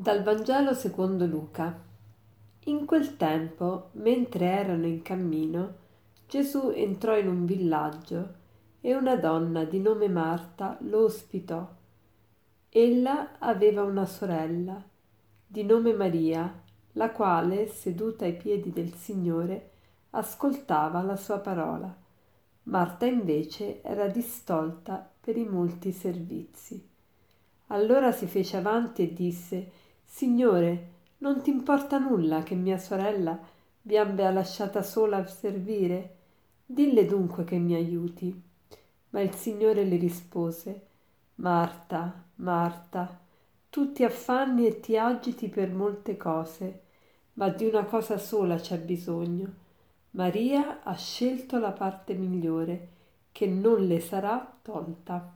Dal Vangelo secondo Luca. In quel tempo, mentre erano in cammino, Gesù entrò in un villaggio e una donna di nome Marta lo ospitò. Ella aveva una sorella di nome Maria, la quale, seduta ai piedi del Signore, ascoltava la sua parola. Marta invece era distolta per i molti servizi. Allora si fece avanti e disse: Signore, non ti importa nulla che mia sorella vi abbia lasciata sola a servire? Dille dunque che mi aiuti. Ma il Signore le rispose: Marta, Marta, tu ti affanni e ti agiti per molte cose, ma di una cosa sola c'è bisogno. Maria ha scelto la parte migliore, che non le sarà tolta.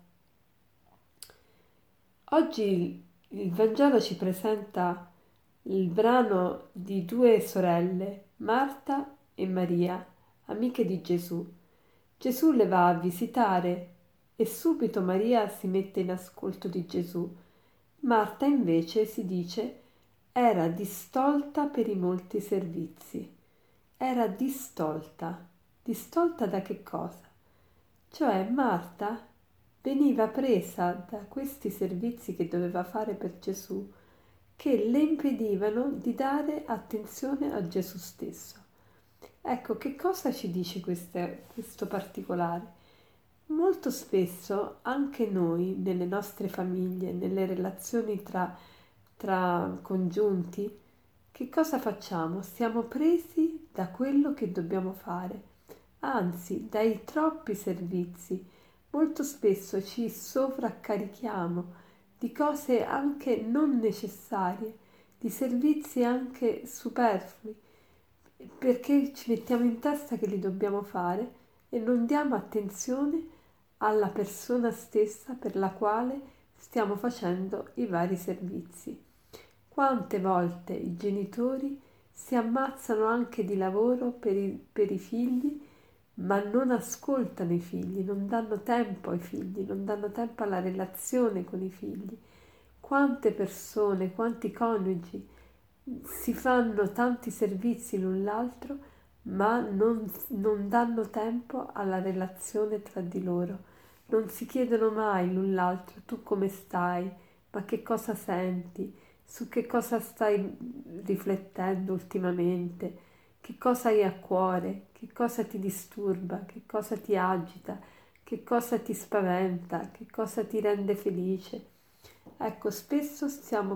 Oggi il Vangelo ci presenta il brano di due sorelle, Marta e Maria, amiche di Gesù. Gesù le va a visitare e subito Maria si mette in ascolto di Gesù. Marta invece, si dice, era distolta per i molti servizi. Era distolta. Distolta da che cosa? Cioè Marta veniva presa da questi servizi che doveva fare per Gesù, che le impedivano di dare attenzione a Gesù stesso. Ecco, che cosa ci dice questo particolare? Molto spesso anche noi, nelle nostre famiglie, nelle relazioni tra congiunti, che cosa facciamo? Siamo presi da quello che dobbiamo fare, anzi dai troppi servizi. Molto spesso ci sovraccarichiamo di cose anche non necessarie, di servizi anche superflui, perché ci mettiamo in testa che li dobbiamo fare e non diamo attenzione alla persona stessa per la quale stiamo facendo i vari servizi. Quante volte i genitori si ammazzano anche di lavoro per i figli, ma non ascoltano i figli, non danno tempo ai figli, non danno tempo alla relazione con i figli. Quante persone, quanti coniugi si fanno tanti servizi l'un l'altro, ma non danno tempo alla relazione tra di loro. Non si chiedono mai l'un l'altro: tu come stai? Ma che cosa senti? Su che cosa stai riflettendo ultimamente? Che cosa hai a cuore? Che cosa ti disturba? Che cosa ti agita? Che cosa ti spaventa? Che cosa ti rende felice? Ecco, spesso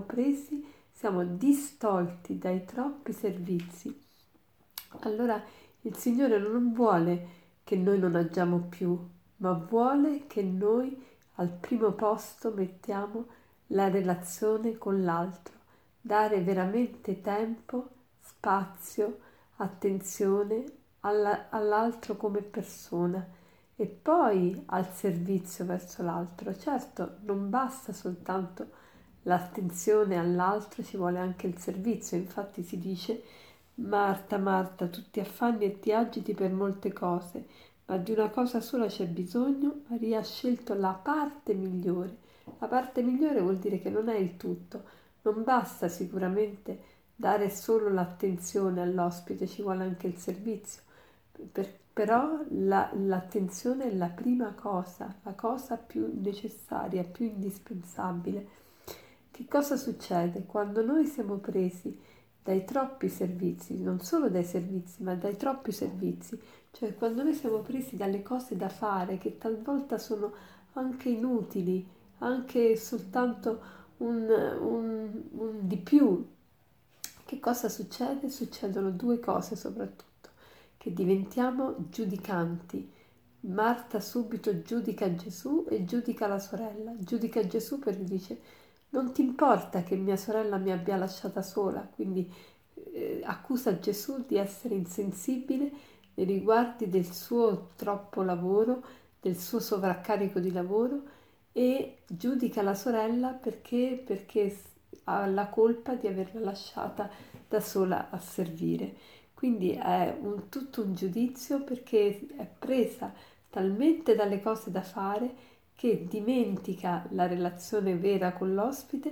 siamo distolti dai troppi servizi. Allora il Signore non vuole che noi non agiamo più, ma vuole che noi al primo posto mettiamo la relazione con l'altro, dare veramente tempo, spazio, attenzione all'altro come persona e poi al servizio verso l'altro. Certo, non basta soltanto l'attenzione all'altro, ci vuole anche il servizio. Infatti si dice: Marta, Marta, tu ti affanni e ti agiti per molte cose, ma di una cosa sola c'è bisogno. Maria ha scelto la parte migliore. La parte migliore vuol dire che non è il tutto. Non basta sicuramente dare solo l'attenzione all'ospite, ci vuole anche il servizio. Però l'attenzione è la prima cosa, la cosa più necessaria, più indispensabile. Che cosa succede quando noi siamo presi dai troppi servizi, non solo dai servizi, ma dai troppi servizi, cioè quando noi siamo presi dalle cose da fare che talvolta sono anche inutili, anche soltanto un di più. Che cosa succede? Succedono due cose soprattutto, che diventiamo giudicanti. Marta subito giudica Gesù e giudica la sorella. Giudica Gesù perché dice: non ti importa che mia sorella mi abbia lasciata sola? Quindi accusa Gesù di essere insensibile nei riguardi del suo troppo lavoro, del suo sovraccarico di lavoro, e giudica la sorella perché ha la colpa di averla lasciata da sola a servire. Quindi è tutto un giudizio, perché è presa talmente dalle cose da fare che dimentica la relazione vera con l'ospite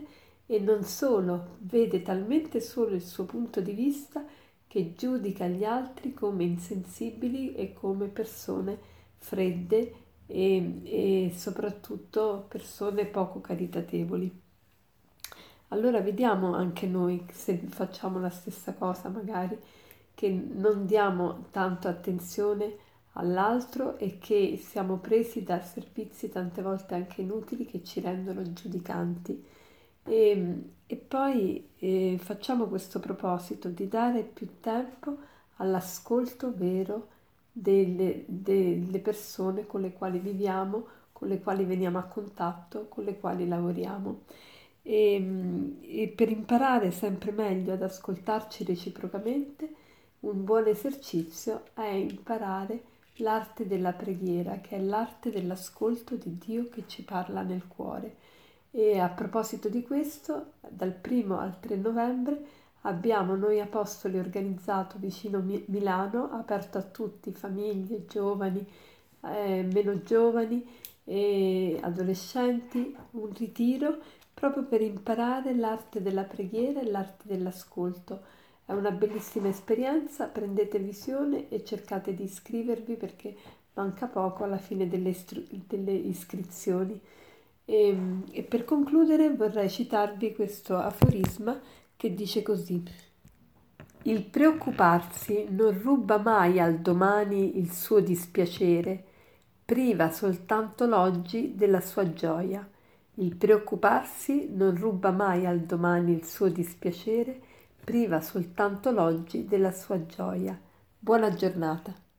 e non solo, vede talmente solo il suo punto di vista che giudica gli altri come insensibili e come persone fredde e soprattutto persone poco caritatevoli. Allora vediamo anche noi se facciamo la stessa cosa, magari, che non diamo tanto attenzione all'altro e che siamo presi da servizi tante volte anche inutili che ci rendono giudicanti. E poi facciamo questo proposito di dare più tempo all'ascolto vero delle persone con le quali viviamo, con le quali veniamo a contatto, con le quali lavoriamo. E per imparare sempre meglio ad ascoltarci reciprocamente, un buon esercizio è imparare l'arte della preghiera, che è l'arte dell'ascolto di Dio che ci parla nel cuore. E a proposito di questo, dal 1 al 3 novembre abbiamo noi apostoli organizzato vicino Milano, aperto a tutti, famiglie, giovani, meno giovani e adolescenti, un ritiro proprio per imparare l'arte della preghiera e l'arte dell'ascolto. È una bellissima esperienza, prendete visione e cercate di iscrivervi perché manca poco alla fine delle iscrizioni. E per concludere vorrei citarvi questo aforisma che dice così: il preoccuparsi non ruba mai al domani il suo dispiacere, priva soltanto l'oggi della sua gioia. Il preoccuparsi non ruba mai al domani il suo dispiacere, priva soltanto l'oggi della sua gioia. Buona giornata.